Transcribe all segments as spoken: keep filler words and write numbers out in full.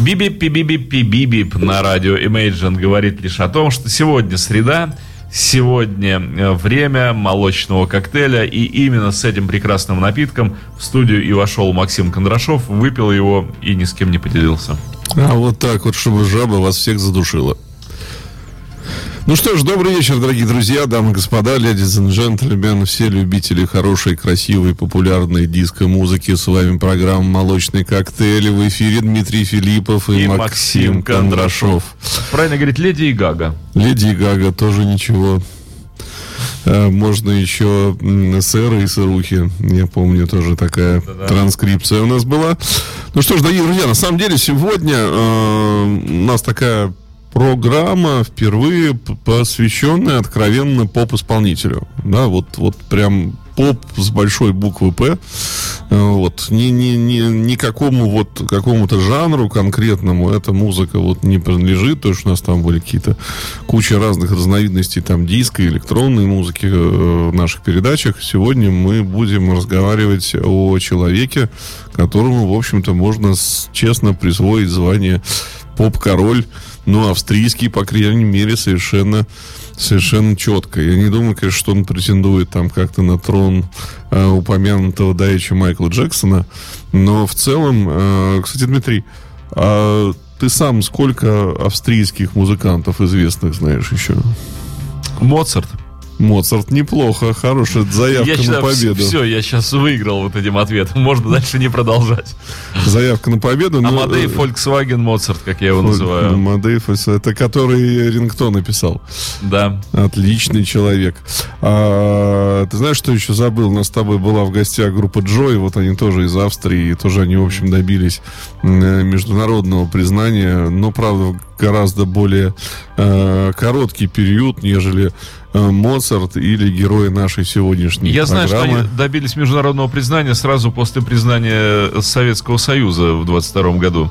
Биби-пи-биби-пи-биби на радио Imagine говорит лишь о том, что сегодня среда, сегодня время молочного коктейля, и именно с этим прекрасным напитком в студию и вошел Максим Кондрашов, выпил его и ни с кем не поделился. А вот так вот, чтобы жаба вас всех задушила. Ну что ж, добрый вечер, дорогие друзья, дамы и господа, ladies and gentlemen, все любители хорошей, красивой, популярной диско-музыки. С вами программа «Молочный коктейль». В эфире Дмитрий Филиппов и, и Максим, Максим Кондрашов. Правильно говорит, Леди и Гага. Леди и Гага тоже ничего. Можно еще сэры и сырухи. Я помню, тоже такая Да-да. транскрипция у нас была. Ну что ж, дорогие друзья, на самом деле сегодня э, у нас такая программа впервые посвященная откровенно поп-исполнителю. Да, вот, вот прям поп с большой буквы П. Вот. Ни, ни, ни, ни какому вот какому-то жанру конкретному эта музыка вот не принадлежит. То есть у нас там были какие-то куча разных разновидностей там диска, электронной музыки в наших передачах. Сегодня мы будем разговаривать о человеке, которому, в общем-то, можно честно присвоить звание поп-король. Ну, австрийский, по крайней мере, совершенно, совершенно четко. Я не думаю, конечно, что он претендует там как-то на трон э, упомянутого давеча Майкла Джексона. Но в целом, э, кстати, Дмитрий, а ты сам сколько австрийских музыкантов известных знаешь еще? Моцарт. Моцарт неплохо, хорошая заявка я считаю, на победу. Все, я сейчас выиграл вот этим ответом. Можно дальше не продолжать. Заявка на победу. Амадей, но... Volkswagen, Моцарт, как я его Фоль... называю. Амадей, это который рингтон написал. Да. Отличный человек. А, ты знаешь, что еще забыл? У нас с тобой была в гостях группа Джой. Вот они тоже из Австрии. И тоже они, в общем, добились международного признания. Но, правда, гораздо более э, короткий период, нежели э, Моцарт или герои нашей сегодняшней Я программы. знаю, что они добились международного признания сразу после признания Советского Союза в двадцать втором году.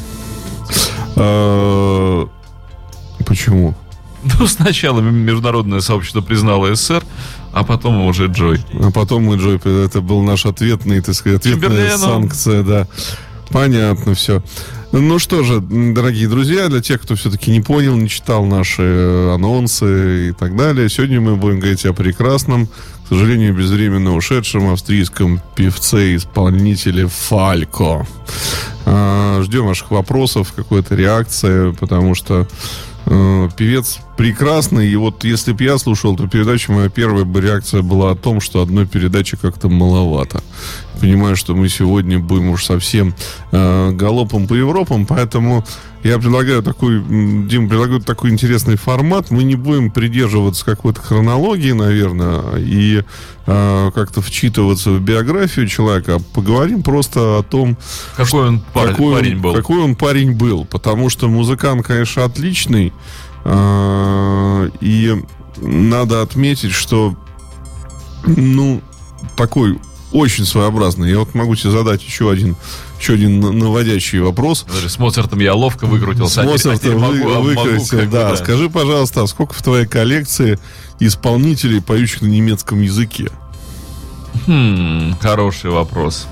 Э, почему? Ну, сначала международное сообщество признало СССР, а потом уже Джой. А потом мы Джой. Это был наш ответный, так сказать, ответная санкция, да. Понятно все. Ну что же, дорогие друзья, для тех, кто все-таки не понял, не читал наши анонсы и так далее, сегодня мы будем говорить о прекрасном, к сожалению, безвременно ушедшем австрийском певце-исполнителе Фалько. Ждем ваших вопросов, какой-то реакции, потому что э, певец прекрасный. И вот если бы я слушал эту передачу, моя первая бы реакция была о том, что одной передачи как-то маловато. Понимаю, что мы сегодня будем уж совсем э, галопом по Европам, поэтому я предлагаю такой, Дим, предлагаю такой интересный формат. Мы не будем придерживаться какой-то хронологии, наверное, и э, как-то вчитываться в биографию человека, а поговорим просто о том, какой он пар- какой парень он, был. Какой он парень был. Потому что музыкант, конечно, отличный. Э, и надо отметить, что ну, такой очень своеобразный. Я вот могу тебе задать еще один, еще один наводящий вопрос. С Моцартом я ловко выкрутился. С Моцартом а вы, выкрутился, могу, да. да. Скажи, пожалуйста, а сколько в твоей коллекции исполнителей, поющих на немецком языке? Хм, хороший вопрос.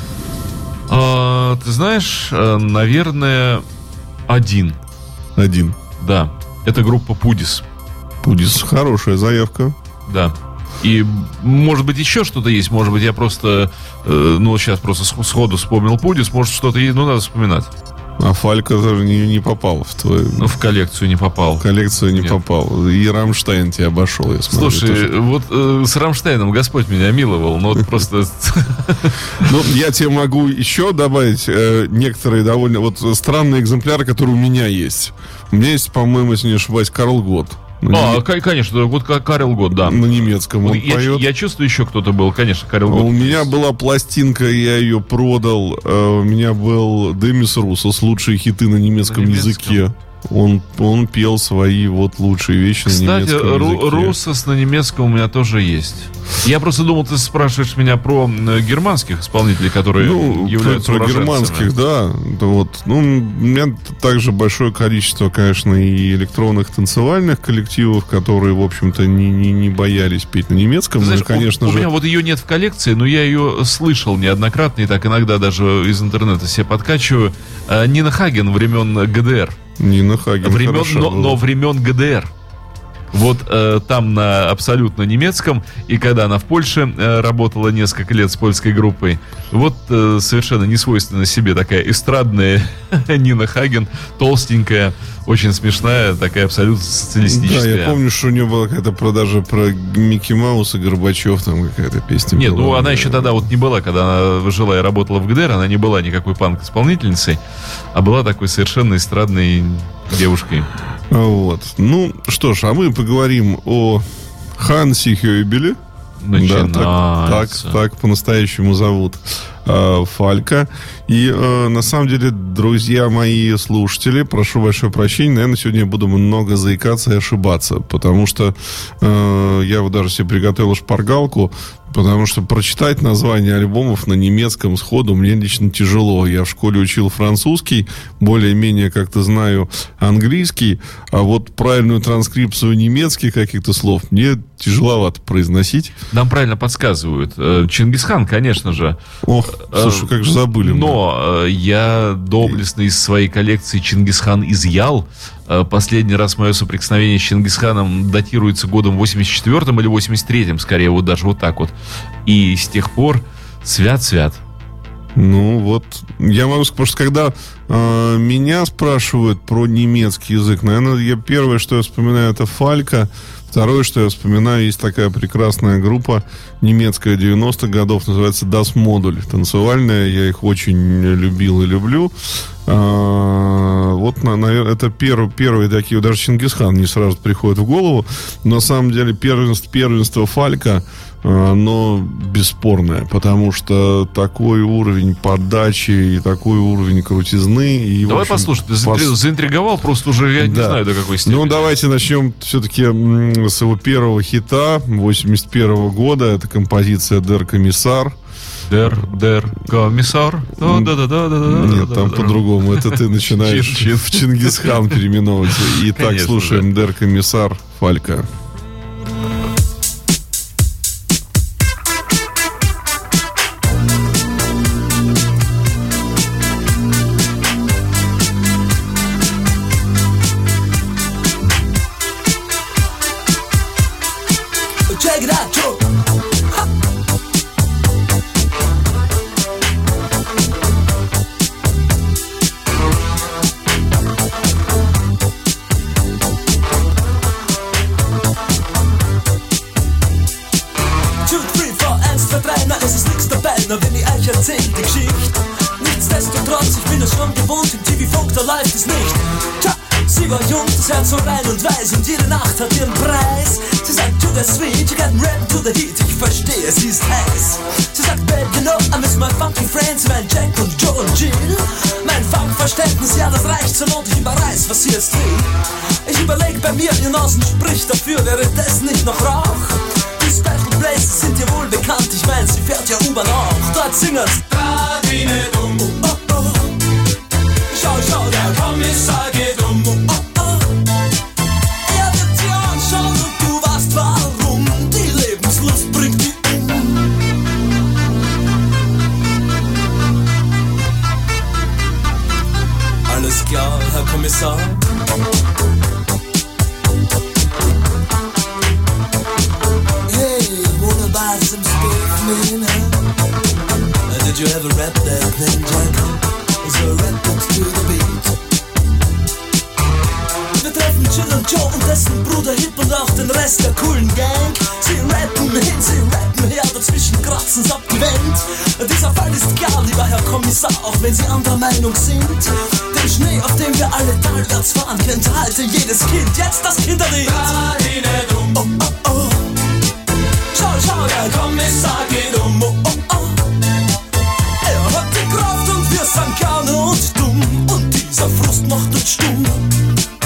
А, ты знаешь, наверное, один. Один? Да. Это группа Пудис. Пудис, хорошая заявка. Да. И, может быть, еще что-то есть. Может быть, я просто, э, ну, сейчас просто сходу вспомнил Пудис. Может, что-то есть, ну, надо вспоминать. А Фалько даже не, не попал в твою... Ну, в коллекцию не попал. В коллекцию не Нет. попал. И Рамштайн тебя обошел, я смотрю. Слушай, тоже. вот э, с Рамштайном Господь меня миловал, но вот просто... Ну, я тебе могу еще добавить некоторые довольно... Вот странные экземпляры, которые у меня есть. У меня есть, по-моему, если не ошибаюсь, Карл Готт. А, нем... конечно, вот Карл Готт, да. На немецком он я, поет. Я чувствую, еще кто-то был, конечно, Карл Готт. У меня была пластинка, я ее продал. У меня был Демис Руссос, лучшие хиты на немецком, на немецком. языке. Он, он пел свои вот лучшие вещи. Кстати, на немецком языке. Кстати, Руссос на немецком у меня тоже есть. Я просто думал, ты спрашиваешь меня про германских исполнителей, которые ну, являются про, про германских, да. да вот. Ну, у меня также большое количество, конечно, и электронных танцевальных коллективов, которые, в общем-то, не, не, не боялись петь на немецком. Знаешь, ну, и, конечно у, же... у меня вот ее нет в коллекции, но я ее слышал неоднократно, и так иногда даже из интернета себе подкачиваю. Нина Хаген времен ГДР. Нина Хаген, времен, но, но времен ГДР. Вот э, там на абсолютно немецком. И когда она в Польше э, работала несколько лет с польской группой, вот э, совершенно не свойственна себе такая эстрадная Нина Хаген, толстенькая, очень смешная, такая абсолютно социалистическая. Да, я помню, что у нее была какая-то продажа про Микки Мауса, Горбачев, там какая-то песня. Нет, была, ну она да. еще тогда вот не была, когда она жила и работала в ГДР, она не была никакой панк-исполнительницей, а была такой совершенно эстрадной девушкой. Вот. Ну, что ж, а мы поговорим о Хансе Хёйбеле. Да, так, так, так по-настоящему зовут э, Фалька. И э, на самом деле, друзья мои слушатели, прошу большое прощения, наверное, сегодня я буду много заикаться и ошибаться, потому что э, я вот даже себе приготовил шпаргалку, потому что прочитать название альбомов на немецком сходу мне лично тяжело. Я в школе учил французский, более-менее как-то знаю английский, а вот правильную транскрипцию немецких каких-то слов мне тяжеловато произносить. Нам правильно подсказывают. Чингисхан, конечно же. Ох, слушай, как же забыли. Но мы. Я доблестно из своей коллекции Чингисхан изъял. Последний раз мое соприкосновение с Чингисханом датируется годом восемьдесят четвёртым или восемьдесят третьим, скорее, вот даже вот так вот. И с тех пор свят-свят. Ну вот, я могу сказать, потому что когда э, меня спрашивают про немецкий язык, наверное, я первое, что я вспоминаю, это Фалька. Второе, что я вспоминаю, есть такая прекрасная группа немецкая девяностых годов, называется Das Modul. Танцевальная, я их очень любил и люблю. А, вот, наверное, это первые, первые такие, даже Чингисхан не сразу приходит в голову. Но на самом деле первенство, первенство Фалька, но бесспорное, потому что такой уровень подачи и такой уровень крутизны. И, давай общем, послушай, ты пос... заинтриговал, просто уже я да. не знаю до какой степени. Ну, давайте начнем все-таки с его первого хита восемьдесят первого года. Это композиция «Der Kommissar». Дер, дер, комиссар. Нет, там по-другому. Это ты начинаешь в Чингисхан переименовывать. Итак, слушаем «Der Kommissar» Фалька. Was hier ist viel. Ich überleg bei mir, ihr Nasen spricht dafür, wäre das nicht noch Rauch? Die Special Places sind dir wohl bekannt, ich mein, sie fährt ja U-Bahn auch. Dort singen's da wie ne Dumm. Oh, oh, oh. Schau, schau, der Kommissar geht um. Oh, oh, oh. Er wird dir anschauen und du weißt warum. Die Lebenslust bringt die um. Alles klar, Herr Kommissar. Hey, wanna buy some steak, man? Huh? Did you ever rap that thing, Jack? So rap it to the beat. Wir treffen Jill und Joe und dessen Bruder Hip und auch den Rest der coolen Gang. Sie rappen hin, sie rappen her, dazwischen kratzen's ab die Wand. Dieser Fall ist klar, lieber Herr Kommissar, auch wenn Sie anderer Meinung sind. Den Schnee, auf dem wir alle talwärts fahren, kennt halte jedes Kind. Jetzt das Kinderlied. Oh, oh, oh. Schau, schau, der Kommissar geht um. Oh, oh, oh. Er hat die Kraft und wir sind gerne und dumm. Und dieser Frust macht uns stumm.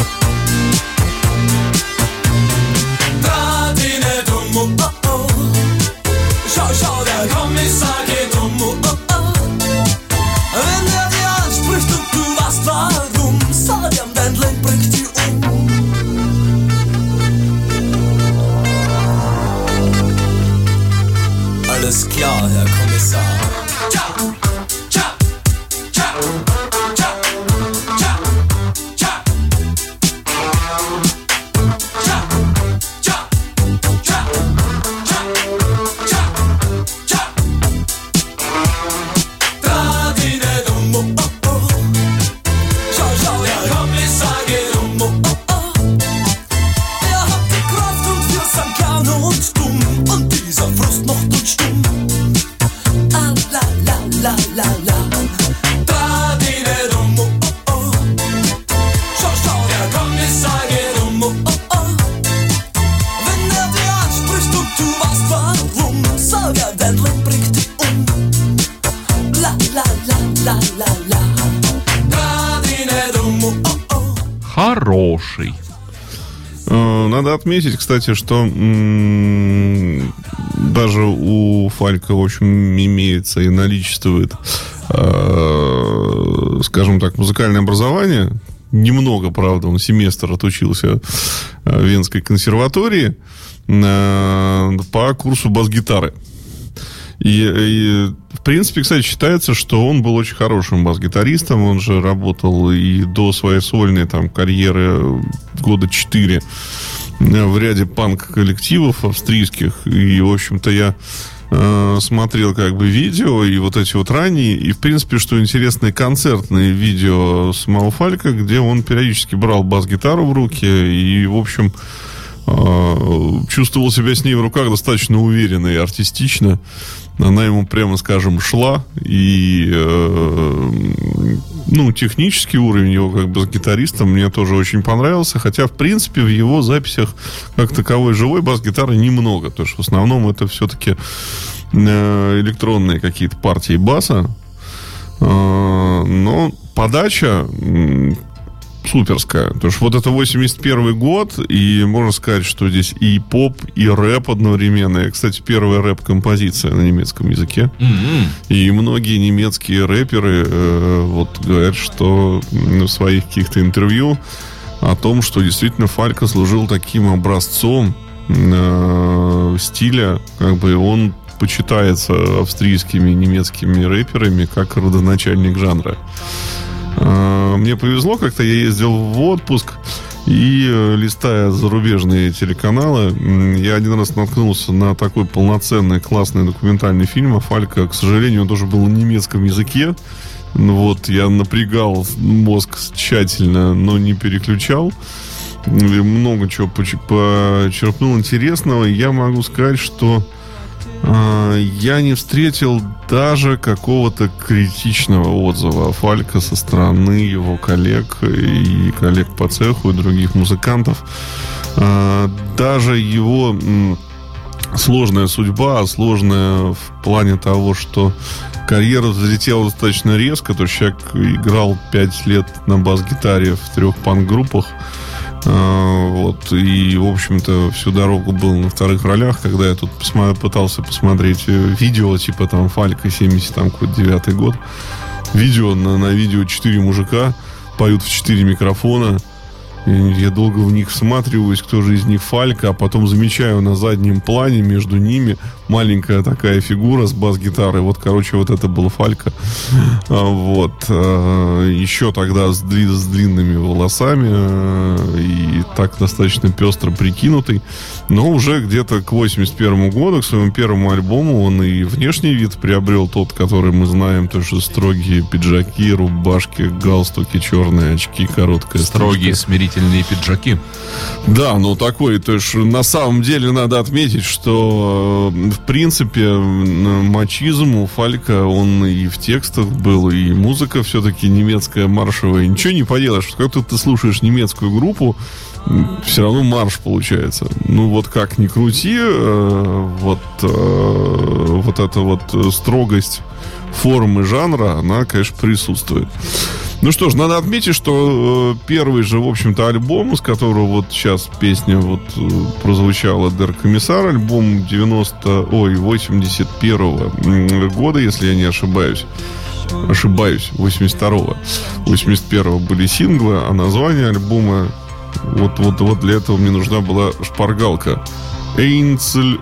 Tradine rum, oh, oh. Schau, schau, der Kommissar geht um, oh, oh, oh. Wenn er dir anspricht und du weißt warum, sag er, dein Leben bringt dich um. La, la, la, la, la, la. Tradine rum, oh, oh. Хороший. Надо отметить, кстати, что м- даже у Фалька, в общем, имеется и наличествует, э- скажем так, музыкальное образование. Немного, правда, он семестр отучился в Венской консерватории э- по курсу бас-гитары. И, и, в принципе, кстати, считается, что он был очень хорошим бас-гитаристом. Он же работал и до своей сольной там карьеры года четыре в ряде панк-коллективов австрийских. И, в общем-то, я э, смотрел как бы видео и вот эти вот ранние. И, в принципе, что интересно, концертные видео самого Фалька, где он периодически брал бас-гитару в руки и, в общем, э, чувствовал себя с ней в руках достаточно уверенно и артистично. Она ему, прямо скажем, шла. И э, ну, технический уровень его как бас-гитариста мне тоже очень понравился. Хотя, в принципе, в его записях как таковой живой бас-гитары немного. Потому что в основном это все-таки э, электронные какие-то партии баса. Э, но подача э, суперская. Потому что вот это восемьдесят первый год, и можно сказать, что здесь и поп, и рэп одновременно. И, кстати, первая рэп-композиция на немецком языке. Mm-hmm. И многие немецкие рэперы э, вот говорят, что в своих каких-то интервью о том, что действительно Фалька служил таким образцом э, стиля, как бы он почитается австрийскими и немецкими рэперами как родоначальник жанра. Мне повезло, как-то я ездил в отпуск и, листая зарубежные телеканалы, я один раз наткнулся на такой полноценный, классный документальный фильм о Фалька. К сожалению, он тоже был на немецком языке. Вот, я напрягал мозг тщательно, но не переключал. Много чего почерпнул интересного. Я могу сказать, что я не встретил даже какого-то критичного отзыва о Фалька со стороны его коллег и коллег по цеху и других музыкантов. Даже его сложная судьба, сложная в плане того, что карьера взлетела достаточно резко. То есть человек играл пять лет на бас-гитаре в трех панк-группах. Вот, и, в общем-то, всю дорогу был на вторых ролях. Когда я тут посмотри, пытался посмотреть видео, типа там Фалька семьдесят девятый год. Видео, на, на видео четыре мужика поют в четыре микрофона. И я долго в них всматриваюсь, кто же из них Фалька, а потом замечаю на заднем плане между ними маленькая такая фигура с бас-гитарой. Вот, короче, вот это был Фалька. Вот. Еще тогда с, дли, с длинными волосами и так достаточно пестро прикинутый. Но уже где-то к восемьдесят первому году, к своему первому альбому, он и внешний вид приобрел тот, который мы знаем, то что строгие пиджаки, рубашки, галстуки, черные очки, короткая строгие, стрижка. Смирительные пиджаки. Да, ну такой, то есть на самом деле надо отметить, что в принципе мачизм у Фалька, он и в текстах был, и музыка все-таки немецкая, маршевая. Ничего не поделаешь, когда ты слушаешь немецкую группу, все равно марш получается. Ну вот как ни крути, вот, вот эта вот строгость формы жанра, она, конечно, присутствует. Ну что ж, надо отметить, что первый же, в общем-то, альбом, с которого вот сейчас песня вот прозвучала, Der Kommissar, альбом девяносто, ой, восемьдесят первого года, если я не ошибаюсь. Ошибаюсь, восемьдесят второго. восемьдесят первого были синглы, а название альбома, вот, вот, вот для этого мне нужна была шпаргалка. Einzelhart.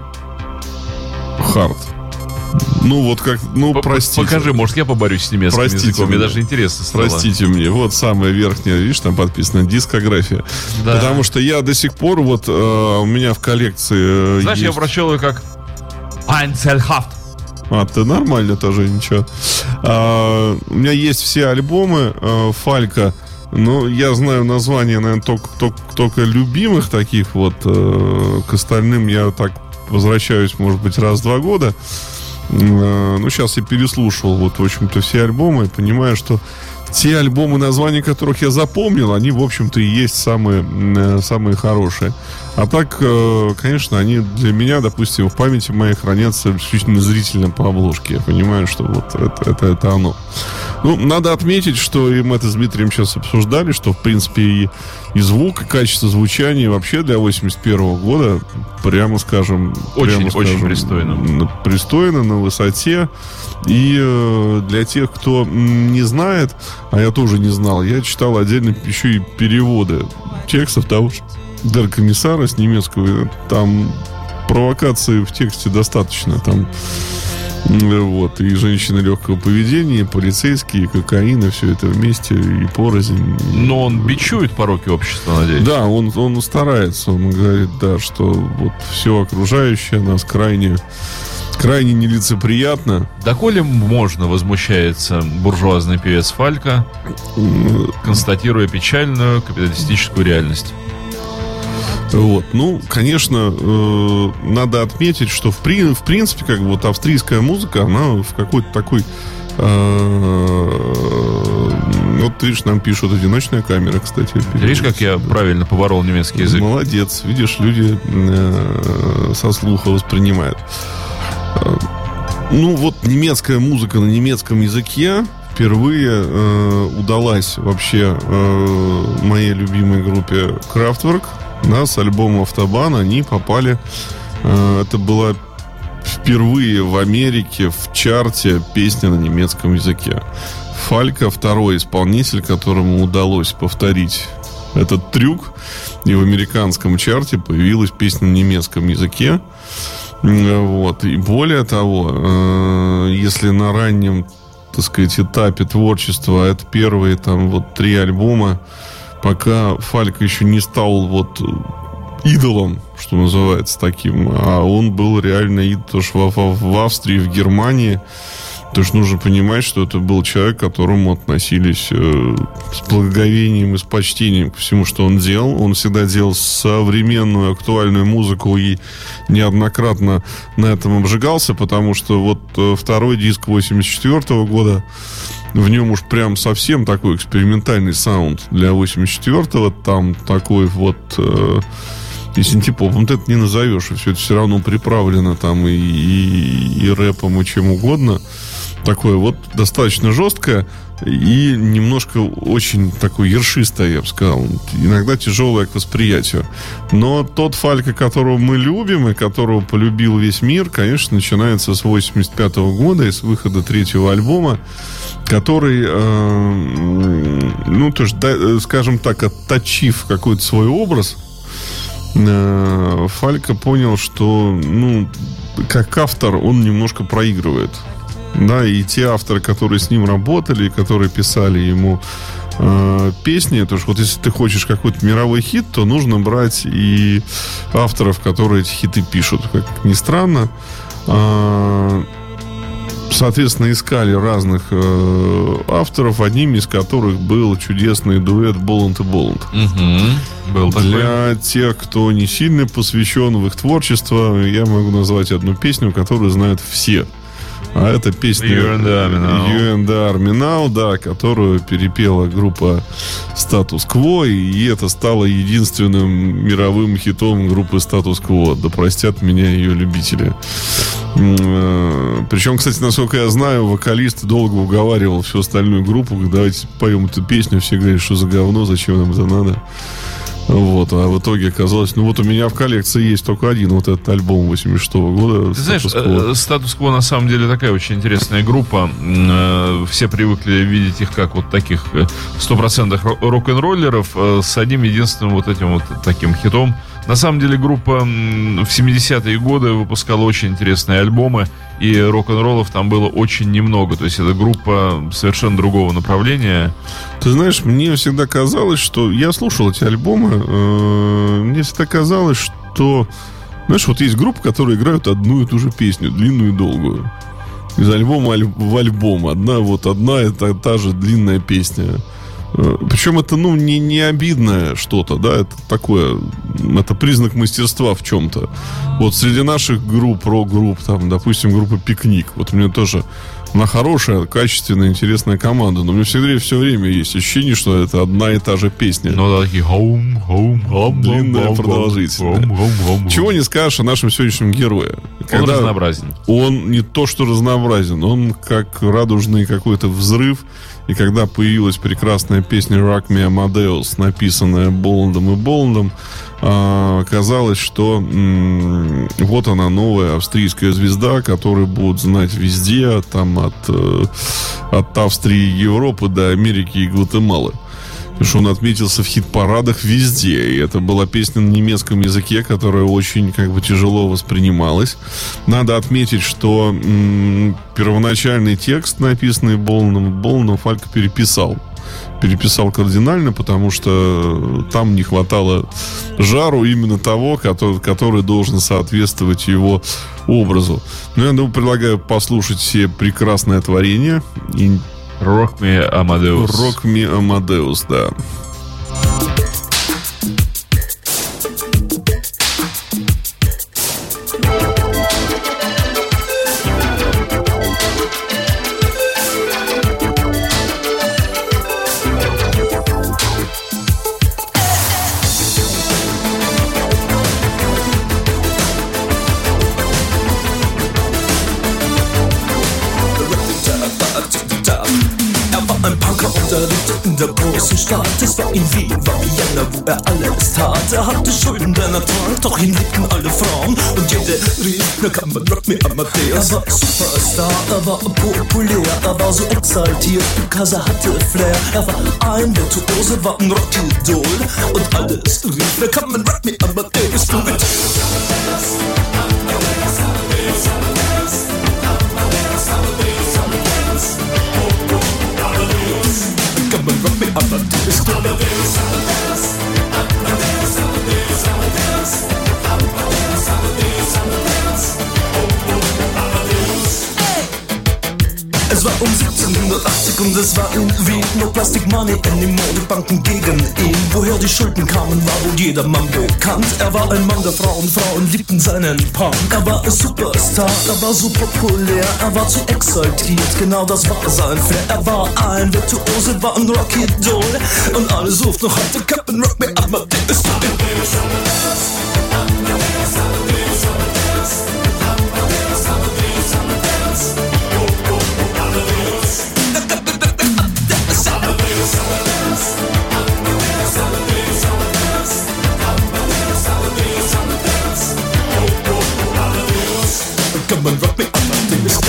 Ну, вот как, ну, простите. Покажи, может, я поборюсь с немецким простите языком. Мне мне даже интересно стало. Простите мне, вот самая верхняя, видишь, там подписана дискография. Да. Потому что я до сих пор, вот, э, у меня в коллекции... Знаешь, есть... я прочел ее как Einzelhaft. А, ты нормально тоже, ничего. А, у меня есть все альбомы э, Фалька. Ну, я знаю название, наверное, только, только, только любимых таких вот. Э, к остальным я так возвращаюсь, может быть, раз в два года. Ну, сейчас я переслушал, вот, в общем-то, все альбомы, и понимаю, что те альбомы, названия которых я запомнил, они, в общем-то, и есть самые, самые хорошие. А так, конечно, они для меня, допустим, в памяти моей хранятся исключительно зрительно по обложке. Я понимаю, что вот это, это, это оно. Ну, надо отметить, что и мы это с Дмитрием сейчас обсуждали, что, в принципе, и, и звук, и качество звучания вообще для восемьдесят первого года, прямо скажем... Очень, прямо очень скажем, пристойно. Пристойно, на высоте. И э, для тех, кто не знает, а я тоже не знал, я читал отдельно еще и переводы текстов того же Дерека Миссара с немецкого. Там провокации в тексте достаточно. Там вот, и женщины легкого поведения, и полицейские, и кокаин, и все это вместе, и порознь. Но он бичует пороки общества, надеюсь. Да, он, он старается. Он говорит, да, что вот все окружающее нас крайне крайне нелицеприятно. Доколе можно, возмущается буржуазный певец Фалька, констатируя печальную капиталистическую реальность. Вот, ну, конечно, э, надо отметить, что в, при, в принципе, как бы вот австрийская музыка, она в какой-то такой, э, вот видишь, нам пишут «Одиночная камера», кстати. Видишь, как я правильно поборол немецкий язык? Молодец, видишь, люди э, со слуха воспринимают. Э, ну, вот немецкая музыка на немецком языке впервые э, удалась вообще э, моей любимой группе Kraftwerk. Да, с альбома «Автобан» они попали. Э, это была впервые в Америке в чарте песня на немецком языке. Фалька — второй исполнитель, которому удалось повторить этот трюк. И в американском чарте появилась песня на немецком языке. Вот. И более того, э, если на раннем, так сказать, этапе творчества, это первые там вот три альбома, пока Фалька еще не стал вот идолом, что называется, таким, а он был реально идол в, в, в Австрии, в Германии. То есть нужно понимать, что это был человек, к которому относились э, с благоговением и с почтением ко всему, что он делал. Он всегда делал современную, актуальную музыку и неоднократно на этом обжигался, потому что вот э, второй диск восемьдесят четвёртого года, в нем уж прям совсем такой экспериментальный саунд для восемьдесят четвёртого. Там такой вот... Э, и синтепопом ты это не назовешь. И все это все равно приправлено там и, и, и рэпом, и чем угодно. Такое вот достаточно жесткое и немножко очень такое ершистое, я бы сказал. Иногда тяжелое к восприятию. Но тот Фалька, которого мы любим и которого полюбил весь мир, конечно, начинается с восемьдесят пятого года и с выхода третьего альбома, который, э, ну, то есть, да, скажем так, отточив какой-то свой образ, э, Фалька понял, что, ну, как автор он немножко проигрывает. Да, и те авторы, которые с ним работали, которые писали ему э, песни, то что вот если ты хочешь какой-то мировой хит, то нужно брать и авторов, которые эти хиты пишут, как ни странно. Э, соответственно, искали разных э, авторов, одним из которых был чудесный дуэт Боланд и Боланд. Угу. Был Для такой. Тех, кто не сильно посвящен в их творчество, я могу назвать одну песню, которую знают все. А это песня You and the Army Now. You and the Army Now, да, которую перепела группа Status Quo, и это стало единственным мировым хитом группы Status Quo. Да простят меня ее любители. Причем, кстати, насколько я знаю, вокалист долго уговаривал всю остальную группу: давайте поем эту песню. Все говорят, что за говно, зачем нам это надо. Вот, а в итоге оказалось, ну вот у меня в коллекции есть только один вот этот альбом восемьдесят шестого года. Ты знаешь, Status Quo на самом деле такая очень интересная группа. Все привыкли видеть их как вот таких стопроцентных рок-н-роллеров с одним единственным вот этим вот таким хитом. На самом деле группа в семидесятые годы выпускала очень интересные альбомы, и рок-н-роллов там было очень немного. То есть это группа совершенно другого направления. Ты знаешь, мне всегда казалось, что... Я слушал эти альбомы, э, мне всегда казалось, что... Знаешь, вот есть группы, которые играют одну и ту же песню, длинную и долгую. Из альбома в альбом. Одна, вот одна, это та же длинная песня. Причем это, ну, не, не обидное что-то, да, это такое, это признак мастерства в чем-то. Вот среди наших групп, рок-групп, там, допустим, группа «Пикник», вот у меня тоже, она хорошая, качественная, интересная команда, но у меня всегда все время есть ощущение, что это одна и та же песня. Ну, да, такие home, home, home, длинная, home, продолжительная. Home, home, home, home. Чего не скажешь о нашем сегодняшнем герое. Он разнообразен. Он не то, что разнообразен, он как радужный какой-то взрыв. И когда появилась прекрасная песня «Rock Me Amadeus», написанная Боландом и Боландом, оказалось, что м- вот она, новая австрийская звезда, которую будут знать везде, там от, от Австрии и Европы до Америки и Гватемалы. Потому что он отметился в хит-парадах везде. И это была песня на немецком языке, которая очень как бы тяжело воспринималась. Надо отметить, что м- первоначальный текст, написанный Боландом, Боландом Фалько переписал. Переписал кардинально, потому что там не хватало жару именно того, который, который должен соответствовать его образу. Но я думаю, предлагаю послушать все прекрасное творение. И Rock Me Amadeus. Rock Me Amadeus, да. In der großen Stadt, es war in Wien, war Vienna, wo er alles tat. Er hatte Schulden, denn er trank, doch ihn liebten alle Frauen. Und jede rief, na kann man Rock Me Amadeus. Er war Superstar, er war populär, er war so exaltiert, because er hatte Flair. Er war ein Virtuose, war ein Rockidol. Und alles rief, na kann man Rock Me Amadeus. Du mit Come and rock me up and do this. Amadeus, Amadeus, Amadeus, Amadeus, Amadeus, Amadeus, Amadeus, Amadeus, Amadeus. Es war um siebzehnhundertachtzig und es war in Wien. No Plastic Money anymore, die Banken gegen ihn. Woher die Schulden kamen, war wohl jedermann bekannt. Er war ein Mann der Frauen, Frauen liebten seinen Punk. Er war ein Superstar, er war so populär, er war zu exaltiert, genau das war sein Flair. Er war ein Virtuose, war ein Rockidol. Und alle suchten noch heute Captain Rock Me Amadeus. Amadeus, Amadeus, Amadeus, Amadeus, Amadeus, Amadeus, Amadeus, Amadeus. Come and rock me up and this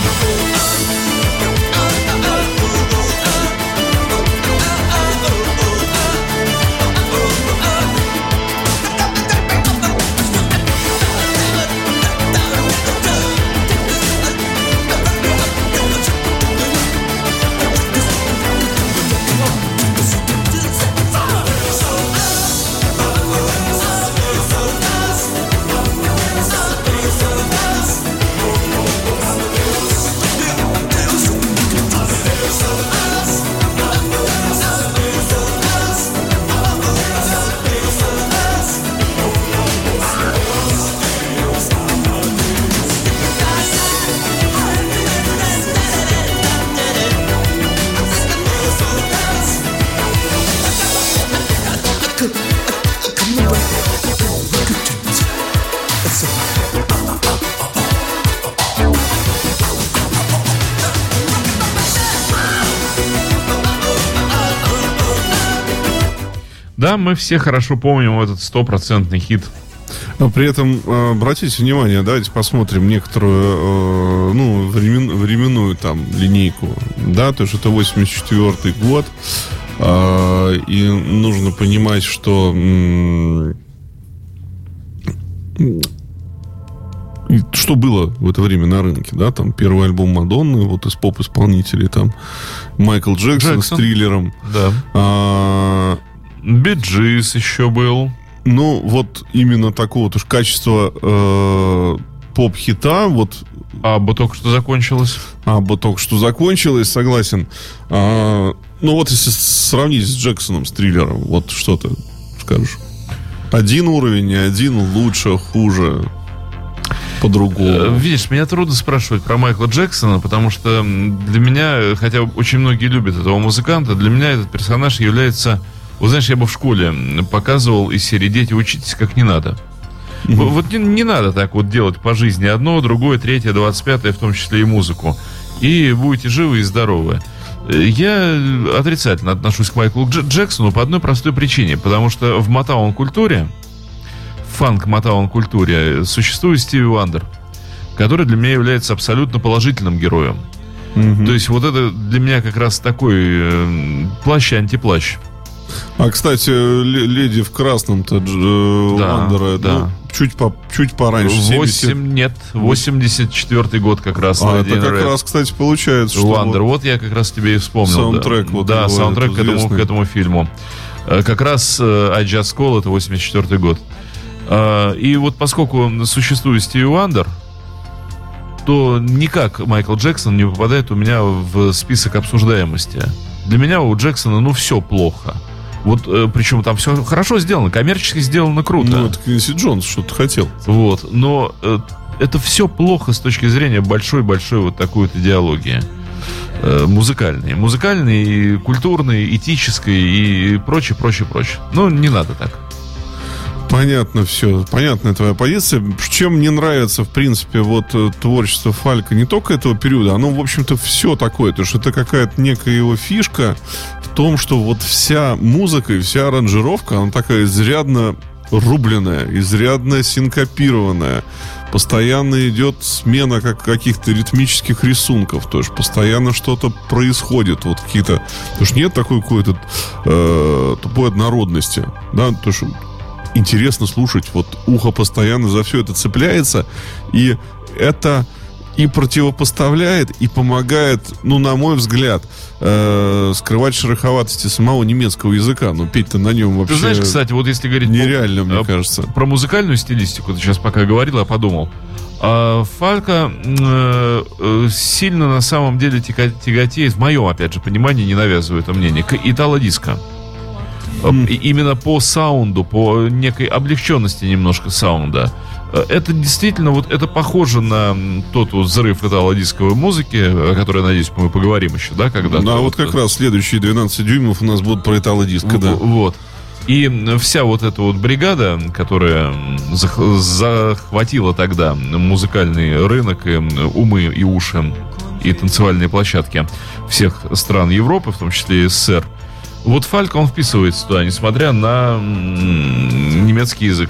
Да, мы все хорошо помним этот стопроцентный хит. Но при этом, обратите внимание, давайте посмотрим некоторую, ну, времен, временную там линейку, да, то есть это восемьдесят четвёртый год, и нужно понимать, что что было в это время на рынке, да, там первый альбом Мадонны, вот из поп-исполнителей, там Майкл Джексон, Джексон. С Триллером, да. А- Би Джис еще был. Ну, вот именно такого уж качества э, поп-хита, вот... А бы только что закончилось. А бы только что закончилось, согласен. А, ну вот если сравнить с Джексоном, с Триллером, вот что ты скажешь? Один уровень, не один, лучше, хуже, по-другому. Видишь, меня трудно спрашивать про Майкла Джексона, потому что для меня, хотя очень многие любят этого музыканта, для меня этот персонаж является... Вот знаешь, я бы в школе показывал из серии «Дети, учитесь как не надо». Mm-hmm. Вот не, не надо так вот делать по жизни одно, другое, третье, двадцать пятое, в том числе и музыку. И будете живы и здоровы. Я отрицательно отношусь к Майклу Дж- Джексону по одной простой причине. Потому что в Мотаун-культуре, в фанк-Мотаун-культуре существует Стиви Вандер, который для меня является абсолютно положительным героем. Mm-hmm. То есть вот это для меня как раз такой э, плащ и антиплащ. А, кстати, леди в красном-то э, да, Вандера, да. Ну, чуть, по, чуть пораньше. восемь, нет, восемьдесят четвёртый год как раз. А, это как раз, кстати, получается, что... Вандер, вот, вот я как раз тебе и вспомнил. Саундтрек. Да, вот да саундтрек к этому, к этому фильму. Как раз I Just Call, это восемьдесят четвёртый год. И вот поскольку существует Стиви Вандер, то никак Майкл Джексон не попадает у меня в список обсуждаемости. Для меня у Джексона, ну, все плохо. Вот, э, причем там все хорошо сделано, коммерчески сделано круто. Ну, это Квинси Джонс что-то хотел. Вот, но э, это все плохо с точки зрения большой-большой вот такой вот идеологии. Э, музыкальной. Музыкальной, и культурной, этической и прочее, прочее, прочее. Ну, не надо так. Понятно все, понятная твоя позиция. Чем мне нравится, в принципе, вот творчество Фалька не только этого периода, оно, в общем-то, все такое. То есть это какая-то некая его фишка в том, что вот вся музыка и вся аранжировка, она такая изрядно рубленная, изрядно синкопированная. Постоянно идет смена как каких-то ритмических рисунков. То есть постоянно что-то происходит. Вот какие-то... Потому что нет такой какой-то э, тупой однородности. Да, то что интересно слушать. Вот ухо постоянно за все это цепляется. И это и противопоставляет, и помогает, ну, на мой взгляд, э, скрывать шероховатости самого немецкого языка. Но петь-то на нем вообще... Ты знаешь, кстати, вот если говорить... Нереально, по, мне кажется. Про музыкальную стилистику, ты сейчас пока говорил, я подумал. А Фалька э, э, сильно на самом деле тяготеет, в моем, опять же, понимании, не навязываю это мнение, к итало-диско. Mm. Именно по саунду, по некой облегченности немножко саунда. Это действительно, вот это похоже на тот вот взрыв итало-дисковой музыки, о которой, надеюсь, мы поговорим еще, да, когда-то. Да, вот как раз следующие двенадцать дюймов у нас будут про итало-диско, да. Вот. И вся вот эта вот бригада, которая захватила тогда музыкальный рынок, и умы и уши, и танцевальные площадки всех стран Европы, в том числе и СССР, вот Фалька, он вписывается туда, несмотря на немецкий язык.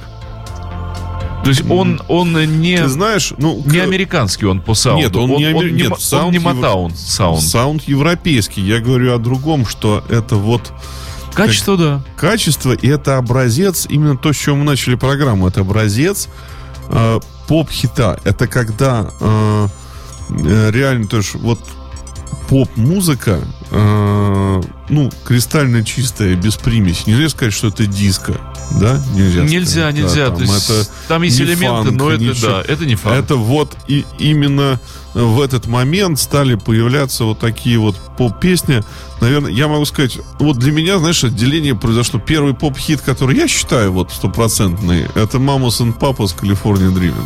То есть он, он не, Ты знаешь, ну, не американский он по саунду. Нет, он, он не, амер... он, нет, он, саунд он не Мотаун евро... саунд. Саунд европейский. Я говорю о другом, что это вот... Качество, как... да. Качество, и это образец, именно то, с чего мы начали программу. Это образец э, поп-хита. Это когда э, реально, то есть вот поп-музыка, э, ну, кристально чистая, без примеси. Нельзя сказать, что это диско. Да? Нельзя. Нельзя, сказать. нельзя. Да, там, то есть, это там есть элементы, фанк, но это, ничего. да, это не фанк. Это вот и именно в этот момент стали появляться вот такие вот поп-песни. Наверное, я могу сказать, вот для меня, знаешь, отделение произошло. Первый поп-хит, который я считаю вот стопроцентный, это «Mamas and Papas California Dreaming».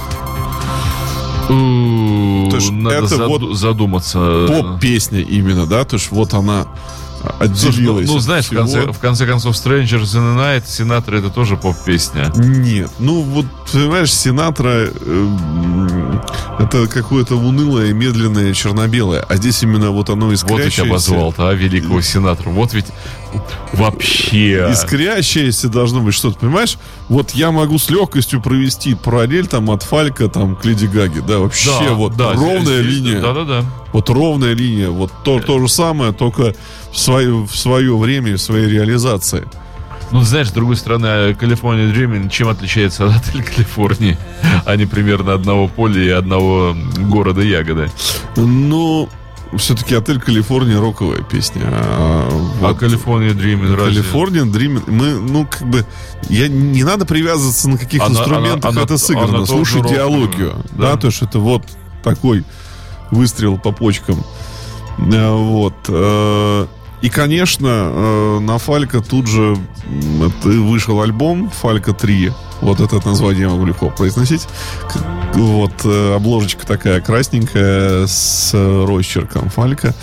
То есть надо это заду- вот задуматься. Поп-песня именно, да? То есть вот она отделилась. Ну, ну знаешь, в конце, в конце концов, Strangers in the Night, Синатра — это тоже поп-песня. Нет, ну вот, понимаешь, Синатра э, это какое-то унылое, медленное, черно-белое. А здесь именно вот оно искрящееся. Вот ведь обозвал-то, а, великого Синатру. Вот ведь вообще. Искрящееся должно быть что-то, понимаешь? Вот я могу с легкостью провести параллель там от Фалька там к Леди Гаге, да, вообще да, вот да, ровная здесь, линия. Да-да-да. Вот ровная линия, вот то, то же самое, только в свое, в свое время, в своей реализации. Ну, знаешь, с другой стороны, California Dreaming чем отличается от отеля Калифорнии? Они примерно одного поля и одного города ягоды. Ну, все-таки «Отель Калифорния» роковая песня. А, вот, а «Калифорния Dreaming» разве? «Калифорния Dreaming». Мы, ну, как бы... Я, не надо привязываться на каких она, инструментах она, это сыграно. Она слушай диалогию. Да? да, то есть это вот такой выстрел по почкам. Вот. И, конечно, на «Фалько» тут же вышел альбом «Фалько три». Вот это название я могу легко произносить. Вот обложечка такая красненькая с росчерком «Фалько».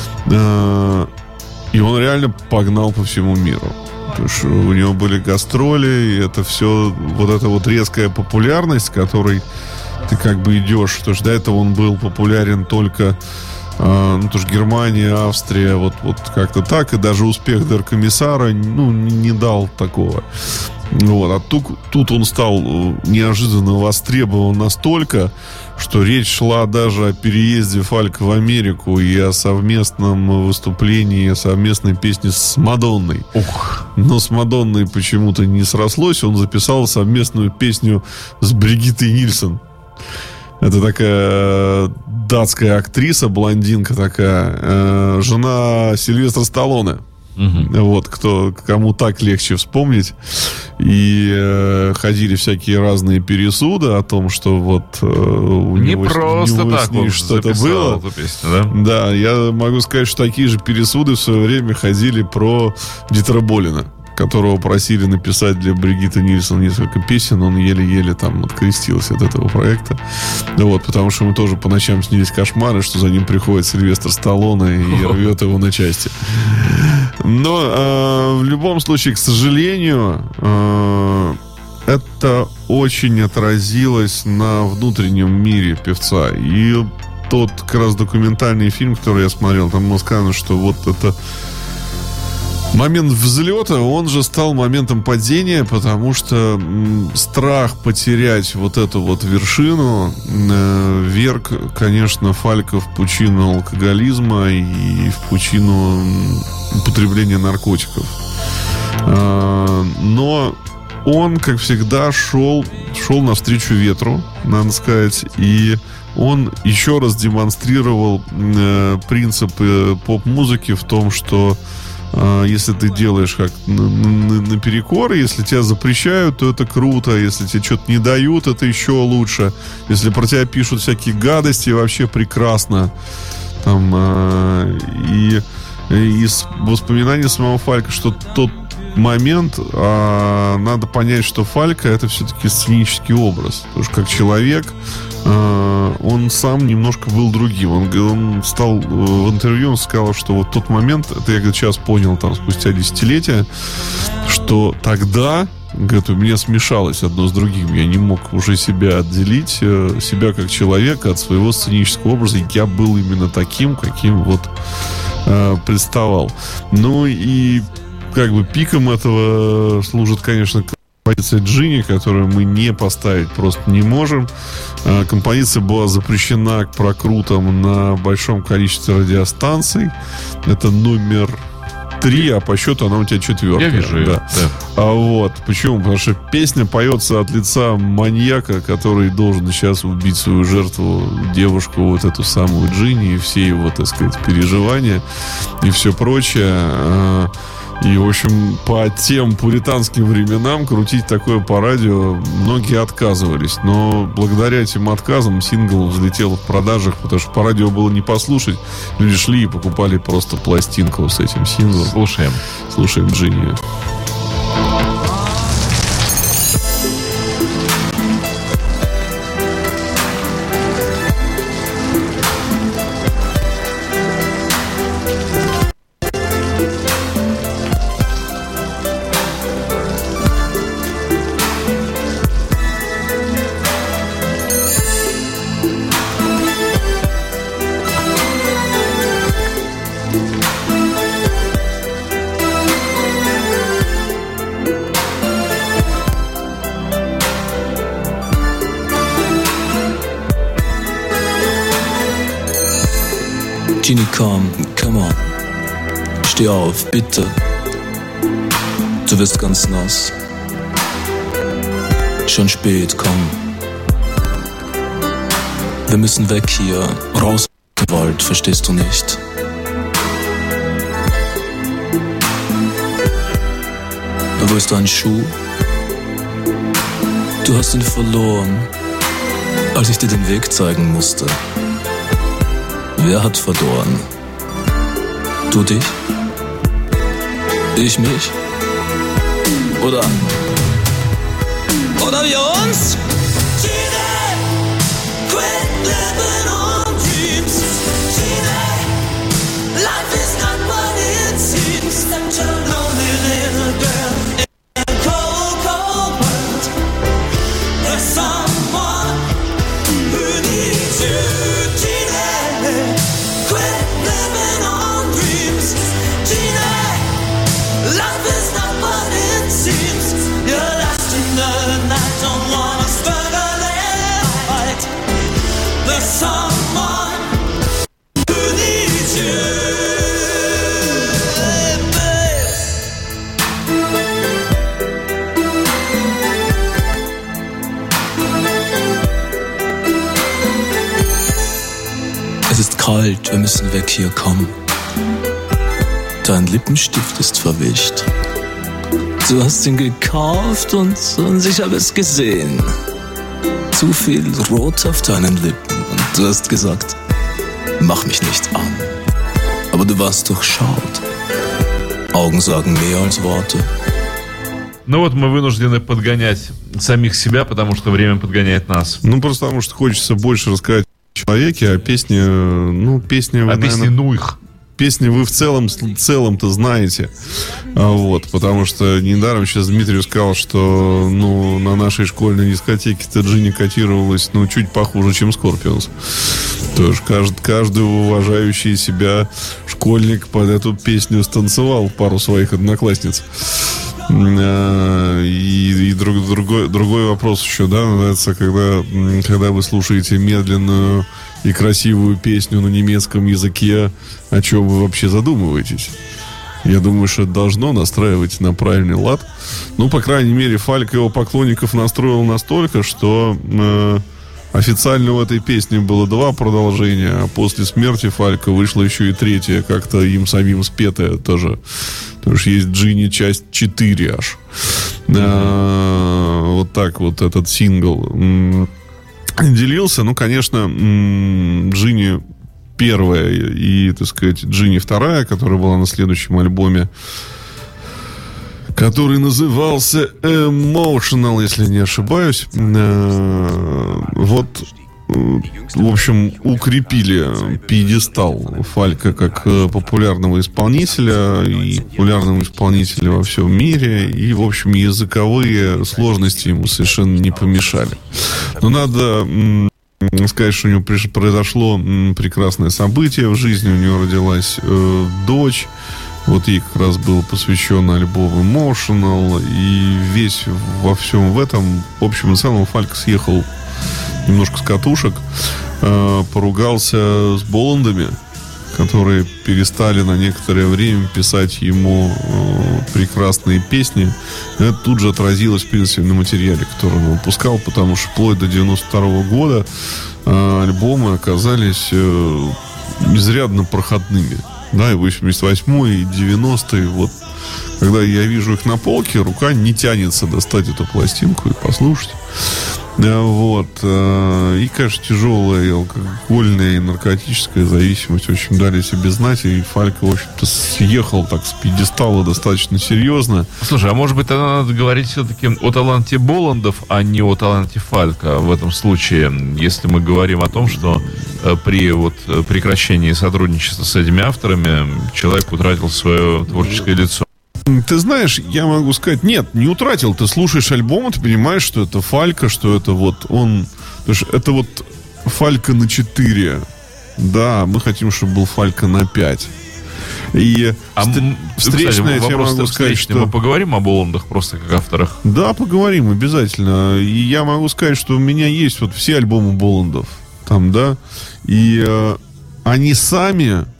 И он реально погнал по всему миру. Потому что у него были гастроли, и это все, вот эта вот резкая популярность, с которой ты как бы идешь. Потому что до этого он был популярен только... Ну, тоже Германия, Австрия, вот, вот как-то так. И даже успех Деркомиссара, ну, не, не дал такого. Вот. А тут, тут он стал неожиданно востребован настолько, что речь шла даже о переезде Фалько в Америку и о совместном выступлении, о совместной песне с Мадонной. Ух. Но с Мадонной почему-то не срослось. Он записал совместную песню с Бригиттой Нильсен. Это такая датская актриса, блондинка такая, э, жена Сильвестра Сталлоне. Угу. Вот, кто, кому так легче вспомнить. И э, ходили всякие разные пересуды о том, что вот э, у не него, просто у него так с ней что-то было. Эту песню, да? Да, я могу сказать, что такие же пересуды в свое время ходили про Дитера Болина, которого просили написать для Бригитты Нильсен несколько песен. Он еле-еле там открестился от этого проекта. Вот, потому что ему тоже по ночам снились кошмары, что за ним приходит Сильвестр Сталлоне и рвет его на части. Но э, в любом случае, к сожалению, э, это очень отразилось на внутреннем мире певца. И тот как раз документальный фильм, который я смотрел, там было сказано, что вот это момент взлета, он же стал моментом падения, потому что м, страх потерять вот эту вот вершину э, вверг, конечно, Фалько в пучину алкоголизма и в пучину употребления наркотиков. Э, но он, как всегда, шел, шел навстречу ветру, надо сказать, и он еще раз демонстрировал э, принципы поп-музыки в том, что если ты делаешь как наперекор, если тебя запрещают, то это круто. Если тебе что-то не дают, это еще лучше. Если про тебя пишут всякие гадости, вообще прекрасно. Там, э, и, и из воспоминаний самого Фалько, что тот момент, э, надо понять, что Фалько — это все-таки сценический образ. Потому что как человек э, он сам немножко был другим. Он, он стал в интервью, он сказал, что вот тот момент, это я сейчас понял, там, спустя десятилетия, что тогда, говорит, у меня смешалось одно с другим. Я не мог уже себя отделить, э, себя как человека от своего сценического образа. Я был именно таким, каким вот э, представал. Ну и как бы пиком этого служит, конечно, композиция «Джинни», которую мы не поставить просто не можем. Э, композиция была запрещена к прокрутам на большом количестве радиостанций. Это номер три, а по счету она у тебя четвертая. Я вижу ее, да. да. А вот, почему? Потому что песня поется от лица маньяка, который должен сейчас убить свою жертву, девушку, вот эту самую Джинни, и все его, так сказать, переживания и все прочее. И, в общем, по тем пуританским временам крутить такое по радио многие отказывались. Но благодаря этим отказам сингл взлетел в продажах, потому что по радио было не послушать. Люди шли и покупали просто пластинку с этим синглом. Слушаем. Слушаем Джинни. Ginny, komm, come on. Steh auf, bitte. Du wirst ganz nass. Schon spät, komm. Wir müssen weg hier, raus Wald, verstehst du nicht? Wo ist dein Schuh? Du hast ihn verloren, als ich dir den Weg zeigen musste. Wer hat verloren? Du dich? Ich mich? Oder? Oder wir uns? Quit living on dreams. Life is not what it seems. Such a lonely little girl in a cold, cold world. There's someone who needs you. Gina, quit living on dreams. Gina, life is not what it seems. You're lost in the night, don't wanna struggle and fight. There's someone who needs you. Es ist kalt, wir müssen weg hier, komm. Dein Lippenstift ist verwischt. Du hast ihn gekauft und, und ich habe es gesehen. Zu viel Rot auf deinen Lippen und du hast gesagt, mach mich nicht an. Aber du warst durchschaut. Augen sagen mehr als Worte. Ну вот мы вынуждены подгонять самих себя, потому что время подгоняет нас. Ну, просто потому что хочется больше рассказать о человеке, а песни, ну, песни... А вы, песни, наверное, ну их. Песни вы в целом, в целом-то знаете. А вот, потому что недаром сейчас Дмитрий сказал, что ну, на нашей школьной дискотеке-то Джинни котировалась ну, чуть похуже, чем Скорпионс. То есть каждый, каждый уважающий себя школьник под эту песню станцевал пару своих одноклассниц. И, и друг, другой, другой вопрос еще, да, нравится, когда, когда вы слушаете медленную и красивую песню на немецком языке, о чем вы вообще задумываетесь? Я думаю, что это должно настраивать на правильный лад. Ну, по крайней мере, Фальк его поклонников настроил настолько, что э, официально в этой песне было два продолжения, а после смерти Фалька вышло еще и третье, как-то им самим спетое тоже. Потому что есть Джинни часть четыре аж. А, вот так вот этот сингл делился. Ну, конечно, Джинни первая и, так сказать, Джинни вторая, которая была на следующем альбоме, который назывался Emotional, если не ошибаюсь. Вот, в общем, укрепили пьедестал Фалька как популярного исполнителя и популярного исполнителя во всем мире. И, в общем, языковые сложности ему совершенно не помешали. Но надо сказать, что у него произошло прекрасное событие в жизни. У него родилась э, дочь. Вот ей как раз был посвящен альбом Emotional. И весь во всем в этом, в общем и целом, Фальк съехал немножко с катушек, э, поругался с Боландами, которые перестали на некоторое время писать ему э, прекрасные песни. Это тут же отразилось, в принципе, на материале, который он выпускал, потому что вплоть до девяносто второго года э, альбомы оказались э, изрядно проходными. Да, и восемьдесят восьмой, и девяностый, вот, когда я вижу их на полке, рука не тянется достать эту пластинку и послушать. Вот. И, конечно, тяжелая алкогольная и наркотическая зависимость очень дали себе знать. И Фальк, в общем-то, съехал так с пьедестала достаточно серьезно. Слушай, а может быть, тогда надо говорить все-таки о таланте Боландов, а не о таланте Фалька в этом случае, если мы говорим о том, что при вот прекращении сотрудничества с этими авторами человек утратил свое творческое лицо. Ты знаешь, я могу сказать, нет, не утратил. Ты слушаешь альбом, ты понимаешь, что это Фалька, что это вот он... Потому что это вот Фалька на четыре. Да, мы хотим, чтобы был Фалька на пять. И а встр... встречное, кстати, я могу сказать, что... Мы поговорим о Боландах просто как авторах? Да, поговорим обязательно. И я могу сказать, что у меня есть вот все альбомы Боландов. Там, да. И э, они сами...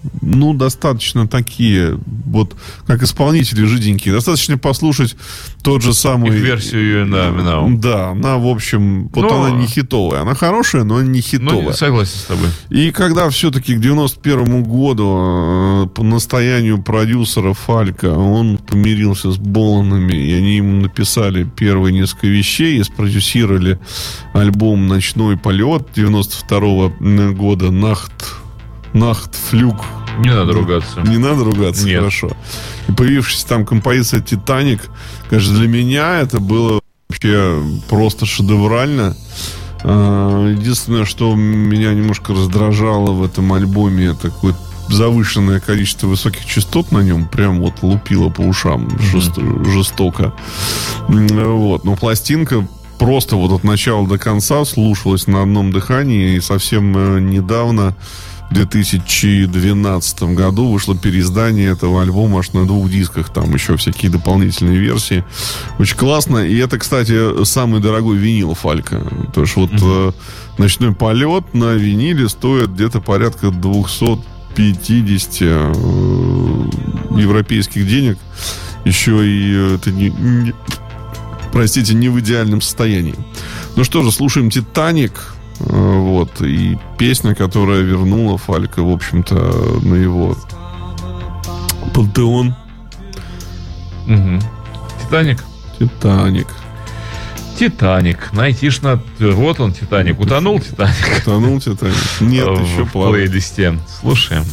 ну, достаточно такие, вот, как исполнители жиденькие. Достаточно послушать тот же самый... Их версию, да, Минау. Да, она, в общем, вот но... она не хитовая. Она хорошая, но не хитовая. Ну, согласен с тобой. И когда все-таки к девяносто первому году по настоянию продюсера Фалька он помирился с Боланами, и они ему написали первые несколько вещей и спродюсировали альбом «Ночной полет» девяносто второго года «Нахт». Нахтфлюг. Не надо ругаться. Не надо ругаться, Нет. Хорошо. И появившаяся там композиция «Титаник», конечно, для меня это было вообще просто шедеврально. Единственное, что меня немножко раздражало в этом альбоме, это такое завышенное количество высоких частот на нем. Прям вот лупило по ушам mm-hmm. жестоко. Вот. Но пластинка просто вот от начала до конца слушалась на одном дыхании. И совсем недавно, в две тысячи двенадцатом году, вышло переиздание этого альбома аж на двух дисках. Там еще всякие дополнительные версии. Очень классно. И это, кстати, самый дорогой винил Фалька. Потому что вот mm-hmm. «Ночной полет» на виниле стоит где-то порядка двести пятьдесят европейских денег. Еще и это не, не, простите, не в идеальном состоянии. Ну что же, слушаем «Титаник». Вот. И песня, которая вернула Фалька, в общем-то, на его пантеон. Угу. «Титаник». «Титаник». «Титаник». Найти ж надо. Вот он, «Титаник». Утонул «Титаник». Утонул «Титаник». Нет, в, еще в плавает. плейлисте. Слушаем.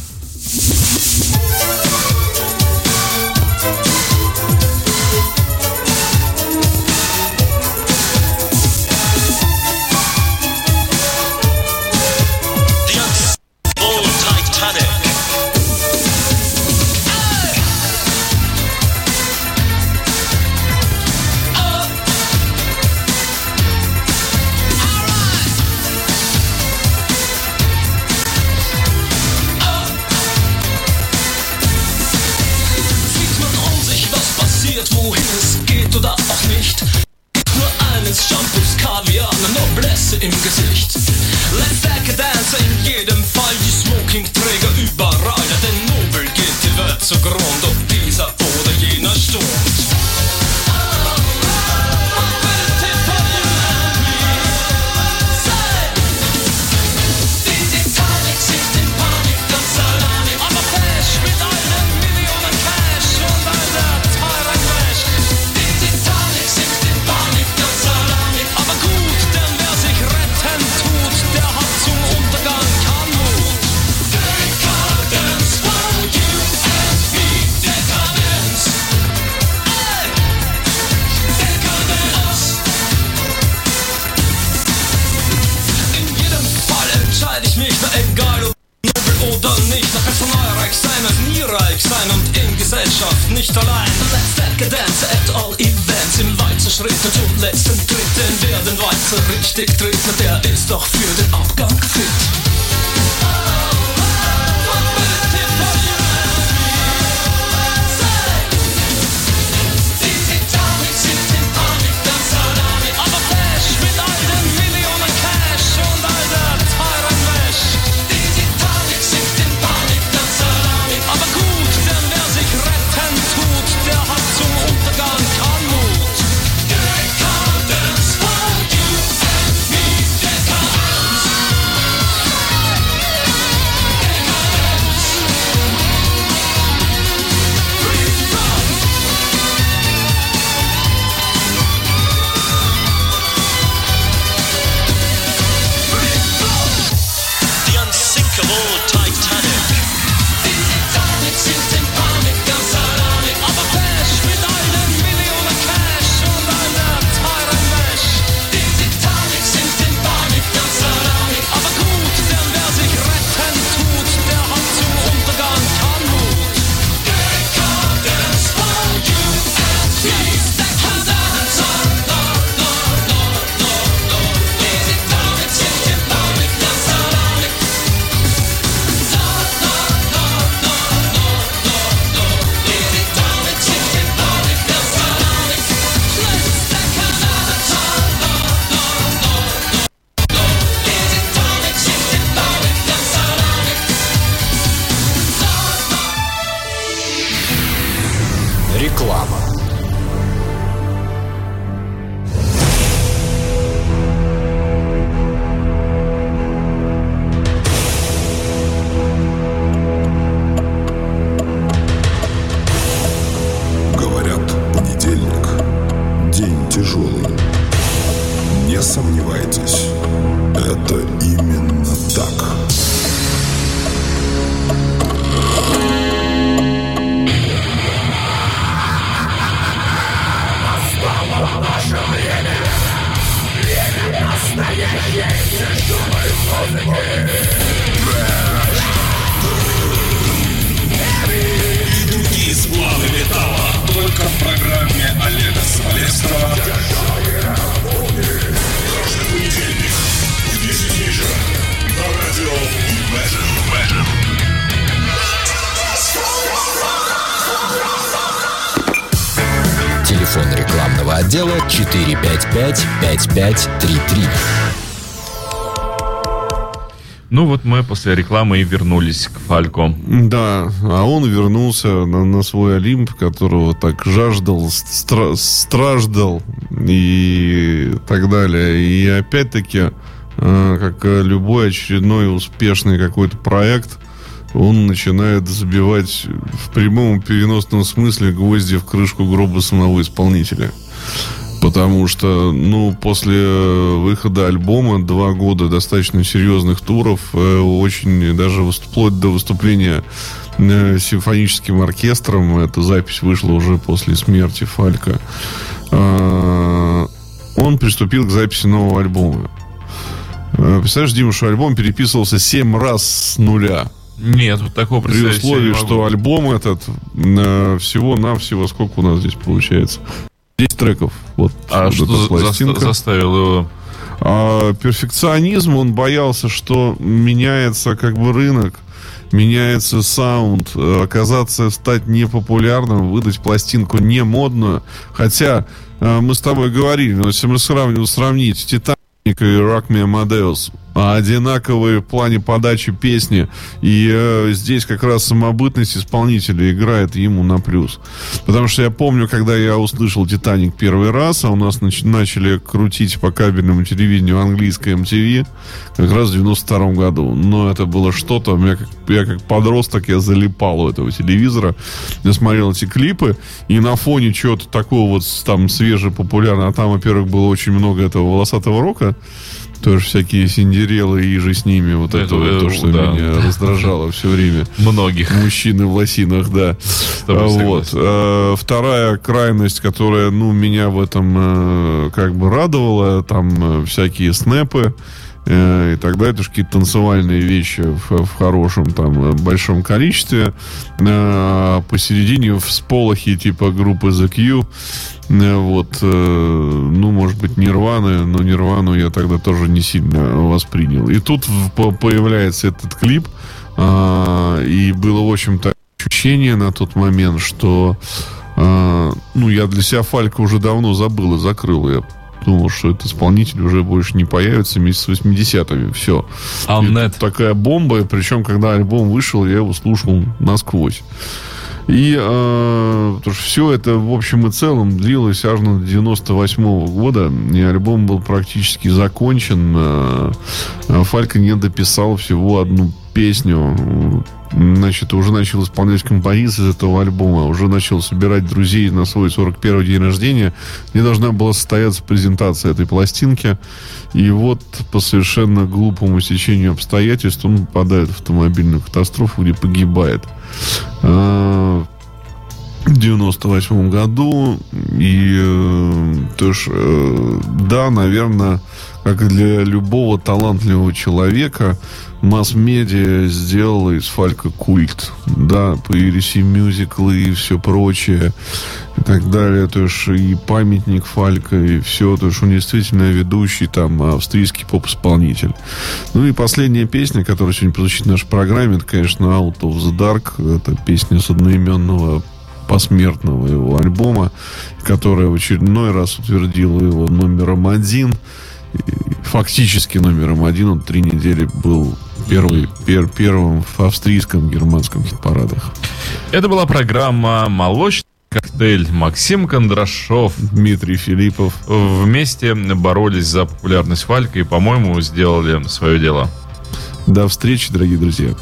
wohin es geht oder auch nicht. Nur eines, Shampoos, Kaviar, eine Noblesse im Gesicht. Let's take a dance in jedem Fall, die Smoking-Träger überall. Ja, denn nobel geht die Welt zugrund, ob dieser oder jener stund. Nicht allein. Let's take a dance at all events. Im Walzerschritt und zum letzten Tritten. Wer den Walzer richtig tritt, der ist doch für den Abgang fit. Реклама. Говорят, понедельник – день тяжелый. Не сомневайтесь, это именно так. И другие сплавы металла только в программе Олега Смолецкого. Каждый понедельник в десять вечера на радио Imagine. Телефон рекламного отдела четыре пять пять пять пять три три. Ну вот мы после рекламы и вернулись к Фалько. Да, а он вернулся на, на свой Олимп, которого так жаждал, стра- страждал и так далее. И опять-таки, э, как любой очередной успешный какой-то проект, он начинает забивать в прямом и переносном смысле гвозди в крышку гроба самого исполнителя. Потому что, ну, после выхода альбома два года достаточно серьезных туров, очень даже вплоть до выступления симфоническим оркестром, эта запись вышла уже после смерти Фалька, он приступил к записи нового альбома. Представляешь, Дима, что альбом переписывался семь раз с нуля. Нет, вот такого При представить себе не условии, могу. что альбом этот всего-навсего, сколько у нас здесь получается? десять треков. Вот, А вот что эта за- пластинка. заставил его... А перфекционизм, он боялся, что меняется как бы рынок, меняется саунд, оказаться, стать непопулярным, выдать пластинку не модную. Хотя э, мы с тобой говорили, но если мы сравним, сравнить Титаник и Rock Me Amadeus, одинаковые в плане подачи песни, и э, здесь как раз самобытность исполнителя играет ему на плюс. Потому что я помню, когда я услышал «Титаник» первый раз, а у нас нач- начали крутить по кабельному телевидению английское эм ти ви как раз в девяносто втором году. Но это было что-то, у меня как, я как подросток, я залипал у этого телевизора, я смотрел эти клипы, и на фоне чего-то такого вот там свежепопулярного, а там, во-первых, было очень много этого волосатого рока, тоже всякие Синдереллы и же с ними. Вот это, Это, вот э, то, что да. меня раздражало все время. Многих. Мужчины в лосинах, да. тобой Вот. согласен. А, Вторая крайность, которая, ну, меня в этом э, как бы радовала, там э, всякие снэпы э, и так далее. Это же какие-то танцевальные вещи в, в хорошем, там, э, большом количестве. А посередине всполохи типа группы The Q. Э, Вот, э, ну, может быть, Нирваны, но Нирвану я тогда тоже не сильно воспринял. И тут в- по- появляется этот клип, а, и было, в общем-то, ощущение на тот момент, что, а, ну, я для себя Фалька уже давно забыл и закрыл. Я думал, что этот исполнитель уже больше не появится вместе с восьмидесятыми. Все. Амнет. Такая бомба, причем, когда альбом вышел, я его слушал насквозь. И э, потому что все это в общем и целом длилось аж до девяносто восьмого года, и альбом был практически закончен. Э, Фалька не дописал всего одну песню. Значит, уже начал исполнять композиции из этого альбома, уже начал собирать друзей на свой сорок первый день рождения, где должна была состояться презентация этой пластинки. И вот по совершенно глупому стечению обстоятельств он попадает в автомобильную катастрофу, где погибает в девяносто восьмом году. И э, тоже, э, да, наверное, как и для любого талантливого человека, масс-медиа сделала из Фалька культ. Да, появились и мюзиклы, и все прочее, и так далее. То есть и памятник Фалька, и все. То есть он действительно ведущий там австрийский поп-исполнитель. Ну и последняя песня, которая сегодня прозвучит в нашей программе, это, конечно, Out of the Dark. Это песня с одноименного посмертного его альбома, которая в очередной раз утвердила его номером один. И фактически номером один. Он три недели был первый, пер, первым в австрийском, германском хит-парадах. Это была программа «Молочный Коктейль Максим Кондрашов. Дмитрий Филиппов. Вместе боролись за популярность Фалька и, по-моему, сделали свое дело. До встречи, дорогие друзья.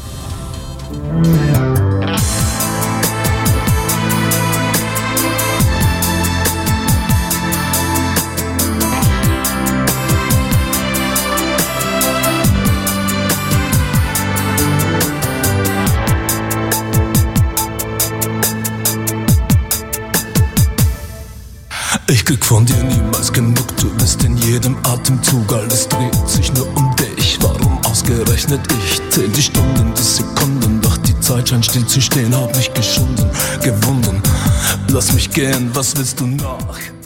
Ich krieg von dir niemals genug, du bist in jedem Atemzug, alles dreht sich nur um dich. Warum ausgerechnet ich? Zähl die Stunden, die Sekunden, doch die Zeit scheint still zu stehen, hab mich geschunden, gewunden. Lass mich gehen, was willst du noch?